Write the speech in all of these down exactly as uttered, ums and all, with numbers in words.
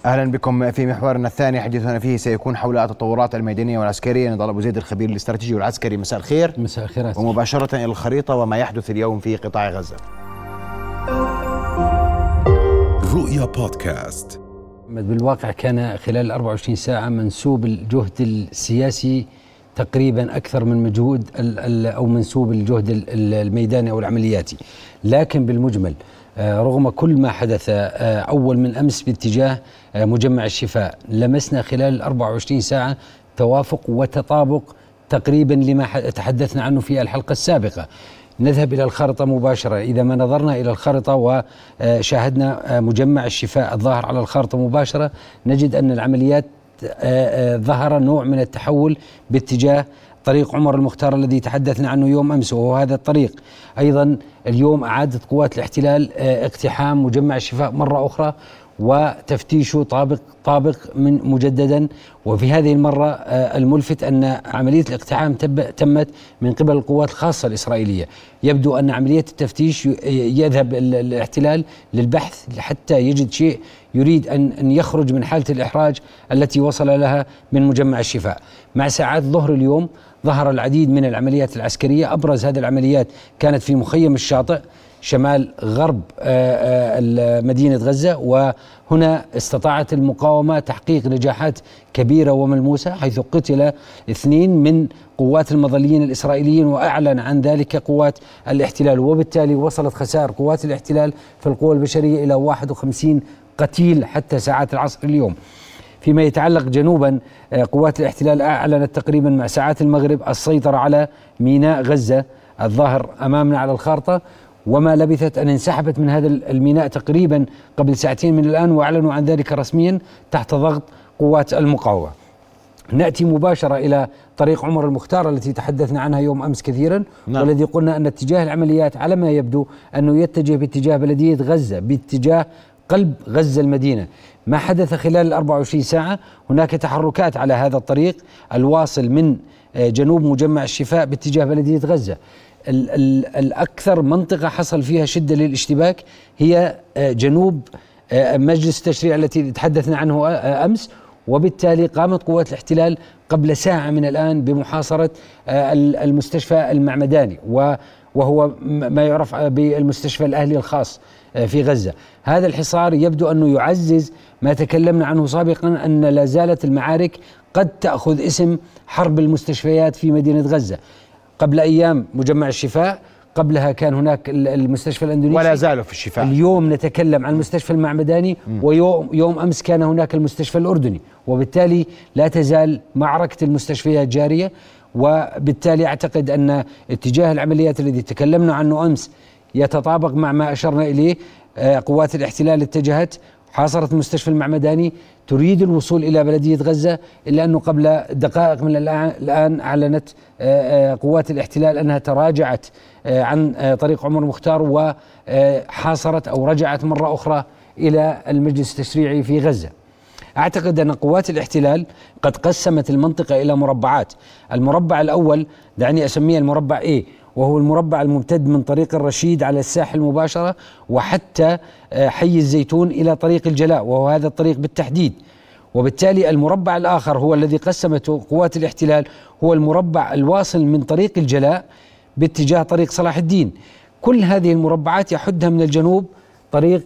أهلا بكم في محورنا الثاني، حديثنا فيه سيكون حول التطورات الميدانية والعسكرية. نضال أبو زيد الخبير الاستراتيجي والعسكري، مساء الخير. مساء الخير. ومباشرة إلى الخريطة وما يحدث اليوم في قطاع غزة. رؤيا بودكاست. بالواقع كان خلال أربع وعشرين ساعة منسوب الجهد السياسي تقريبا أكثر من مجهود أو منسوب الجهد الميداني أو العملياتي، لكن بالمجمل رغم كل ما حدث أول من أمس باتجاه مجمع الشفاء، لمسنا خلال الأربع وعشرين ساعة توافق وتطابق تقريبا لما تحدثنا عنه في الحلقة السابقة. نذهب إلى الخارطة مباشرة. إذا ما نظرنا إلى الخارطة وشاهدنا مجمع الشفاء الظاهر على الخارطة مباشرة، نجد أن العمليات ظهر نوع من التحول باتجاه طريق عمر المختار الذي تحدثنا عنه يوم أمس، وهو هذا الطريق. أيضا اليوم أعادت قوات الاحتلال اقتحام مجمع الشفاء مرة أخرى وتفتيشه طابق طابق من مجددا، وفي هذه المرة الملفت أن عملية الاقتحام تمت من قبل القوات الخاصة الإسرائيلية. يبدو أن عملية التفتيش يذهب الاحتلال للبحث حتى يجد شيء يريد أن أن يخرج من حالة الإحراج التي وصل لها من مجمع الشفاء. مع ساعات ظهر اليوم ظهر العديد من العمليات العسكرية. أبرز هذه العمليات كانت في مخيم الشاطئ شمال غرب مدينة غزة، وهنا استطاعت المقاومة تحقيق نجاحات كبيرة وملموسة، حيث قتل اثنين من قوات المظليين الإسرائيليين وأعلن عن ذلك قوات الاحتلال، وبالتالي وصلت خسائر قوات الاحتلال في القوى البشرية إلى واحد وخمسين قتيل حتى ساعات العصر اليوم. فيما يتعلق جنوبا، قوات الاحتلال أعلنت تقريبا مع ساعات المغرب السيطرة على ميناء غزة الظاهر أمامنا على الخارطة، وما لبثت أن انسحبت من هذا الميناء تقريبا قبل ساعتين من الآن، وأعلنوا عن ذلك رسميا تحت ضغط قوات المقاومة. نأتي مباشرة إلى طريق عمر المختار التي تحدثنا عنها يوم أمس كثيرا، نعم. والذي قلنا أن اتجاه العمليات على ما يبدو أنه يتجه باتجاه بلدية غزة، باتجاه قلب غزة المدينة. ما حدث خلال الأربع وعشرين ساعة، هناك تحركات على هذا الطريق الواصل من جنوب مجمع الشفاء باتجاه بلدية غزة. ال ال الأكثر منطقة حصل فيها شدة للاشتباك هي جنوب مجلس التشريع التي تحدثنا عنه أمس، وبالتالي قامت قوات الاحتلال قبل ساعة من الآن بمحاصرة المستشفى المعمداني، وهو ما يعرف بالمستشفى الأهلي الخاص في غزة. هذا الحصار يبدو أنه يعزز ما تكلمنا عنه سابقا، أن لا زالت المعارك قد تأخذ اسم حرب المستشفيات في مدينة غزة. قبل أيام مجمع الشفاء، قبلها كان هناك المستشفى الأندونيسي ولا زالوا في الشفاء. اليوم نتكلم عن المستشفى المعمداني، ويوم يوم أمس كان هناك المستشفى الأردني، وبالتالي لا تزال معركة المستشفيات جارية. وبالتالي أعتقد أن اتجاه العمليات الذي تكلمنا عنه أمس يتطابق مع ما أشرنا إليه. قوات الاحتلال اتجهت حاصرت المستشفى المعمداني، تريد الوصول إلى بلدية غزة، إلا أنه قبل دقائق من الآن أعلنت قوات الاحتلال أنها تراجعت عن طريق عمر المختار وحاصرت أو رجعت مرة أخرى إلى المجلس التشريعي في غزة. أعتقد أن قوات الاحتلال قد قسمت المنطقة إلى مربعات. المربع الأول دعني أسميه المربع A، وهو المربع الممتد من طريق الرشيد على الساحل مباشرة وحتى حي الزيتون إلى طريق الجلاء، وهو هذا الطريق بالتحديد. وبالتالي المربع الآخر هو الذي قسمته قوات الاحتلال، هو المربع الواصل من طريق الجلاء باتجاه طريق صلاح الدين. كل هذه المربعات يحدها من الجنوب طريق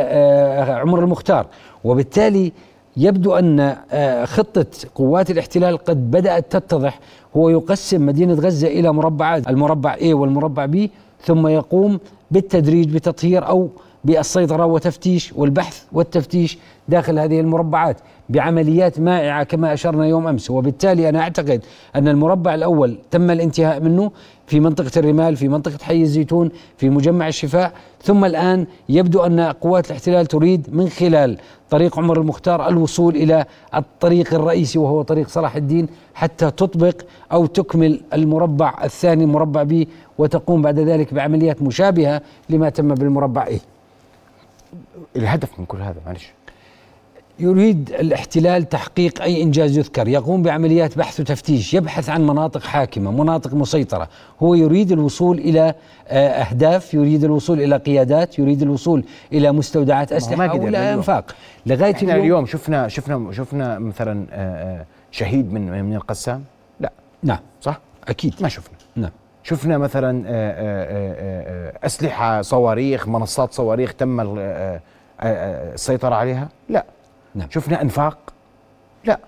عمر المختار، وبالتالي يبدو أن خطة قوات الاحتلال قد بدأت تتضح. هو يقسم مدينة غزة إلى مربعات، المربع A والمربع B، ثم يقوم بالتدريج بتطهير أو بالسيطرة وتفتيش والبحث والتفتيش داخل هذه المربعات بعمليات مائعة كما أشرنا يوم أمس. وبالتالي أنا أعتقد أن المربع الأول تم الانتهاء منه في منطقة الرمال، في منطقة حي الزيتون، في مجمع الشفاء، ثم الآن يبدو أن قوات الاحتلال تريد من خلال طريق عمر المختار الوصول إلى الطريق الرئيسي وهو طريق صلاح الدين، حتى تطبق أو تكمل المربع الثاني مربع بي، وتقوم بعد ذلك بعمليات مشابهة لما تم بالمربع إيه. الهدف من كل هذا معلش يريد الاحتلال تحقيق أي إنجاز يذكر، يقوم بعمليات بحث وتفتيش، يبحث عن مناطق حاكمة، مناطق مسيطرة. هو يريد الوصول إلى أهداف، يريد الوصول إلى قيادات، يريد الوصول إلى مستودعات أسلحة أو إلى أنفاق. لغاية اليوم, اليوم شفنا شفنا شفنا مثلا شهيد من من القسام؟ لا. نعم. صح؟ أكيد ما شفنا. نعم. شفنا مثلا أسلحة، صواريخ، منصات صواريخ تم السيطرة عليها؟ لا. نعم. شفنا أنفاق؟ لا.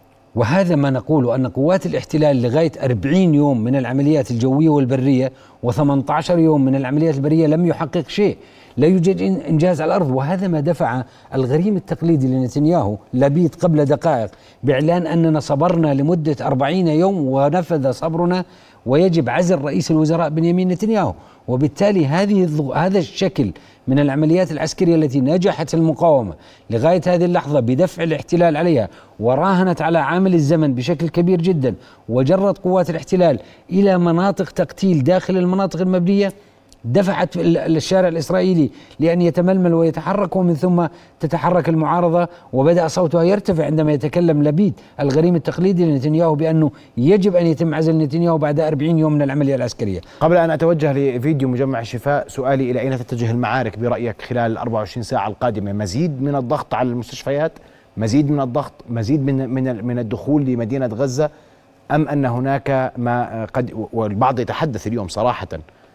وهذا ما نقول، أن قوات الاحتلال لغاية أربعين يوم من العمليات الجوية والبرية وثمانية عشر يوم من العمليات البرية لم يحقق شيء، لا يوجد إنجاز على الأرض. وهذا ما دفع الغريم التقليدي لنتنياهو لبيد قبل دقائق بإعلان أننا صبرنا لمدة أربعين يوم ونفذ صبرنا ويجب عزل رئيس الوزراء بنيامين نتنياهو. وبالتالي هذه هذا الشكل من العمليات العسكرية التي نجحت المقاومة لغاية هذه اللحظة بدفع الاحتلال عليها وراهنت على عامل الزمن بشكل كبير جدا وجرت قوات الاحتلال إلى مناطق تقتيل داخل المناطق المبنية، دفعت الشارع الإسرائيلي لأن يتململ ويتحرك، ومن ثم تتحرك المعارضة وبدأ صوتها يرتفع عندما يتكلم لبيد الغريم التقليدي لنتنياهو بأنه يجب أن يتم عزل نتنياهو بعد أربعين يوم من العملية العسكرية. قبل أن أتوجه لفيديو مجمع الشفاء، سؤالي إلى أين تتجه المعارك برأيك خلال أربعة وعشرين ساعة القادمة؟ مزيد من الضغط على المستشفيات، مزيد من الضغط، مزيد من من من الدخول لمدينة غزة، أم أن هناك ما قد، والبعض يتحدث اليوم صراحة،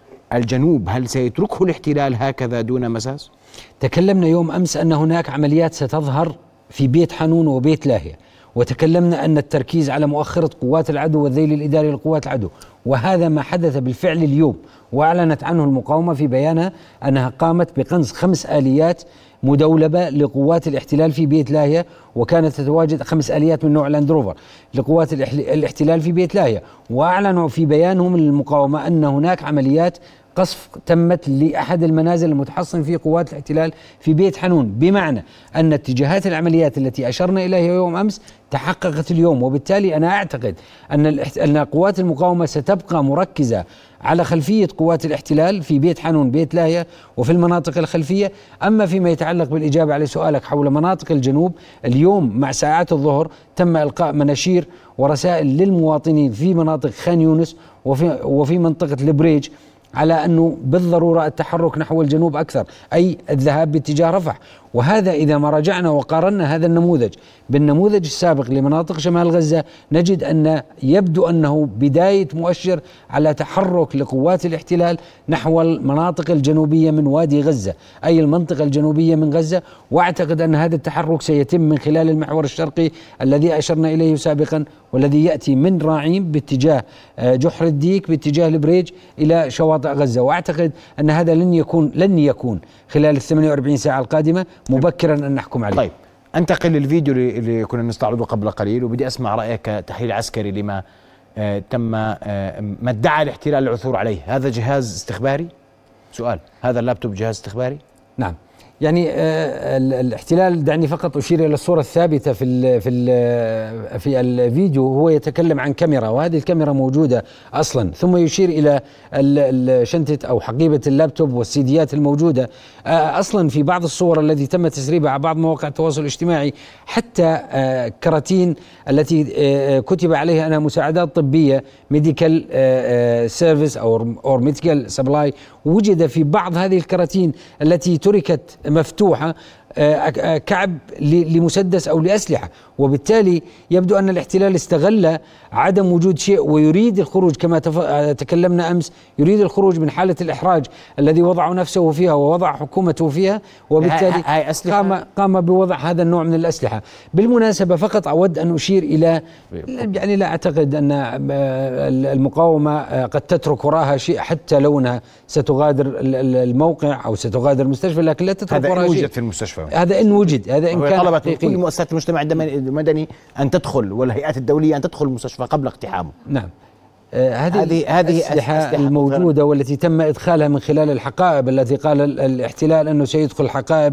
الجنوب هل سيتركه الاحتلال هكذا دون مساس؟ تكلمنا يوم أمس أن هناك عمليات ستظهر في بيت حنون وبيت لاهية، وتكلمنا أن التركيز على مؤخرة قوات العدو والذيل الإداري لقوات العدو، وهذا ما حدث بالفعل اليوم. وأعلنت عنه المقاومة في بيانها أنها قامت بقنص خمس آليات مدولبة لقوات الاحتلال في بيت لاهية، وكانت تتواجد خمس آليات من نوع لاندروفر لقوات الاحتلال في بيت لاهية. وأعلنوا في بيانهم المقاومة أن هناك عمليات قصف تمت لأحد المنازل المتحصن في قوات الاحتلال في بيت حنون، بمعنى أن اتجاهات العمليات التي أشرنا إليها يوم أمس تحققت اليوم. وبالتالي أنا أعتقد أن أن قوات المقاومة ستبقى مركزة على خلفية قوات الاحتلال في بيت حنون، بيت لاهية، وفي المناطق الخلفية. أما فيما يتعلق بالإجابة على سؤالك حول مناطق الجنوب، اليوم مع ساعات الظهر تم إلقاء مناشير ورسائل للمواطنين في مناطق خان يونس وفي, وفي منطقة البريج على أنه بالضرورة التحرك نحو الجنوب أكثر، أي الذهاب باتجاه رفح. وهذا إذا ما رجعنا وقارنا هذا النموذج بالنموذج السابق لمناطق شمال غزة، نجد أن يبدو أنه بداية مؤشر على تحرك لقوات الاحتلال نحو المناطق الجنوبية من وادي غزة، أي المنطقة الجنوبية من غزة. وأعتقد أن هذا التحرك سيتم من خلال المحور الشرقي الذي أشرنا إليه سابقا، والذي يأتي من راعيم باتجاه جحر الديك باتجاه البريج إلى شواطئ غزة. وأعتقد أن هذا لن يكون لن يكون خلال الثمانية وأربعين ساعة القادمة، مبكرا أن نحكم عليه. طيب، انتقل للفيديو اللي كنا نستعرضه قبل قليل، وبدي أسمع رأيك كتحليل عسكري لما آه تم آه ما ادعى الاحتلال العثور عليه. هذا جهاز استخباري؟ سؤال، هذا اللابتوب جهاز استخباري؟ نعم. يعني آه الاحتلال، دعني فقط أشير إلى الصورة الثابتة في ال في ال في الفيديو. هو يتكلم عن كاميرا، وهذه الكاميرا موجودة أصلا، ثم يشير إلى الشنطة أو حقيبة اللابتوب والسيديات الموجودة آه أصلا في بعض الصور التي تم تسريبها على بعض مواقع التواصل الاجتماعي. حتى آه كراتين التي آه كتب عليها أنها مساعدات طبية، ميديكال سيرفيس أو أو ميديكال سبلاي، وجد في بعض هذه الكراتين التي تركت مفتوحة كعب لمسدس أو لأسلحة. وبالتالي يبدو أن الاحتلال استغل عدم وجود شيء ويريد الخروج، كما تكلمنا أمس، يريد الخروج من حالة الإحراج الذي وضع نفسه فيها ووضع حكومته فيها، وبالتالي قام قام بوضع هذا النوع من الأسلحة. بالمناسبة فقط أود أن أشير إلى، يعني لا أعتقد أن المقاومة قد تترك وراها شيء حتى لو أنها ستغادر الموقع أو ستغادر المستشفى، لكن لا تترك وراها شيء. في المستشفى هذا إن وجد، هذا إن كان طلبت كل مؤسسات المجتمع المدني أن تدخل والهيئات الدولية أن تدخل المستشفى قبل اقتحامه. نعم. آه هذه هذه الأسلحة الموجودة والتي تم إدخالها من خلال الحقائب التي قال الاحتلال أنه سيدخل حقائب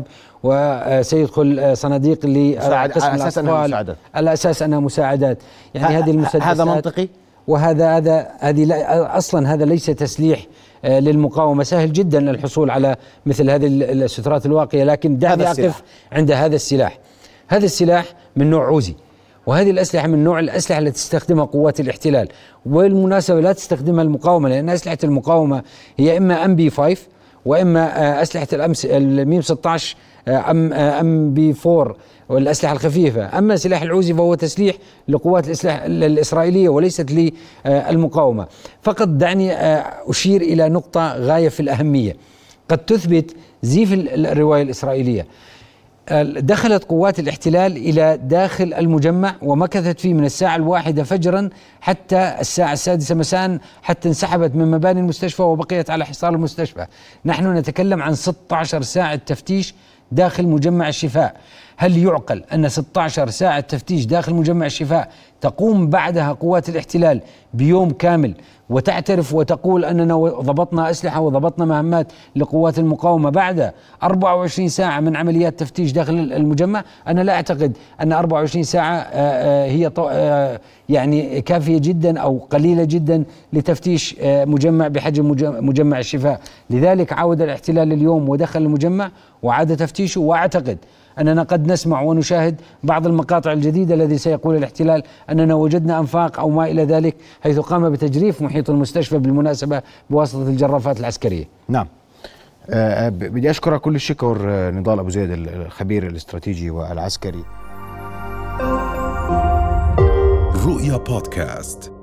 وسيدخل صناديق لقسم الأطفال على أساس أنها مساعدات. يعني هذه المسدسات، هذا منطقي، وهذا هذا هذه أصلا هذا ليس تسليح للمقاومة. سهل جدا الحصول على مثل هذه السترات الواقية، لكن دعني أقف عند هذا السلاح. هذا السلاح من نوع عوزي، وهذه الأسلحة من نوع الأسلحة التي تستخدمها قوات الاحتلال، والمناسبة لا تستخدمها المقاومة، لأن أسلحة المقاومة هي إما أم بي خمسة وإما أسلحة الأمس الميم ستة عشر أم أم بي أربعة والأسلحة الخفيفة. أما سلاح العوزي فهو تسليح لقوات الإسلح الإسرائيلية وليست للمقاومة. فقط دعني أشير إلى نقطة غاية في الأهمية قد تثبت زيف الرواية الإسرائيلية. دخلت قوات الاحتلال إلى داخل المجمع ومكثت فيه من الساعة الواحدة فجرا حتى الساعة السادسة مساء، حتى انسحبت من مباني المستشفى وبقيت على حصار المستشفى. نحن نتكلم عن ستة عشر ساعة تفتيش داخل مجمع الشفاء. هل يعقل أن ستة عشر ساعة تفتيش داخل مجمع الشفاء تقوم بعدها قوات الاحتلال بيوم كامل وتعترف وتقول أننا ضبطنا أسلحة وضبطنا مهمات لقوات المقاومة بعد أربعة وعشرين ساعة من عمليات تفتيش داخل المجمع؟ أنا لا أعتقد أن أربعة وعشرين ساعة هي يعني كافية جدا أو قليلة جدا لتفتيش مجمع بحجم مجمع الشفاء. لذلك عاود الاحتلال اليوم ودخل المجمع وعاد تفتيشه، وأعتقد أننا قد نسمع ونشاهد بعض المقاطع الجديدة الذي سيقول الاحتلال أننا وجدنا أنفاق أو ما إلى ذلك، حيث قام بتجريف محيط المستشفى بالمناسبة بواسطة الجرافات العسكرية. نعم. أه بدي أشكرك كل الشكر نضال أبو زيد الخبير الاستراتيجي والعسكري. رؤيا بودكاست.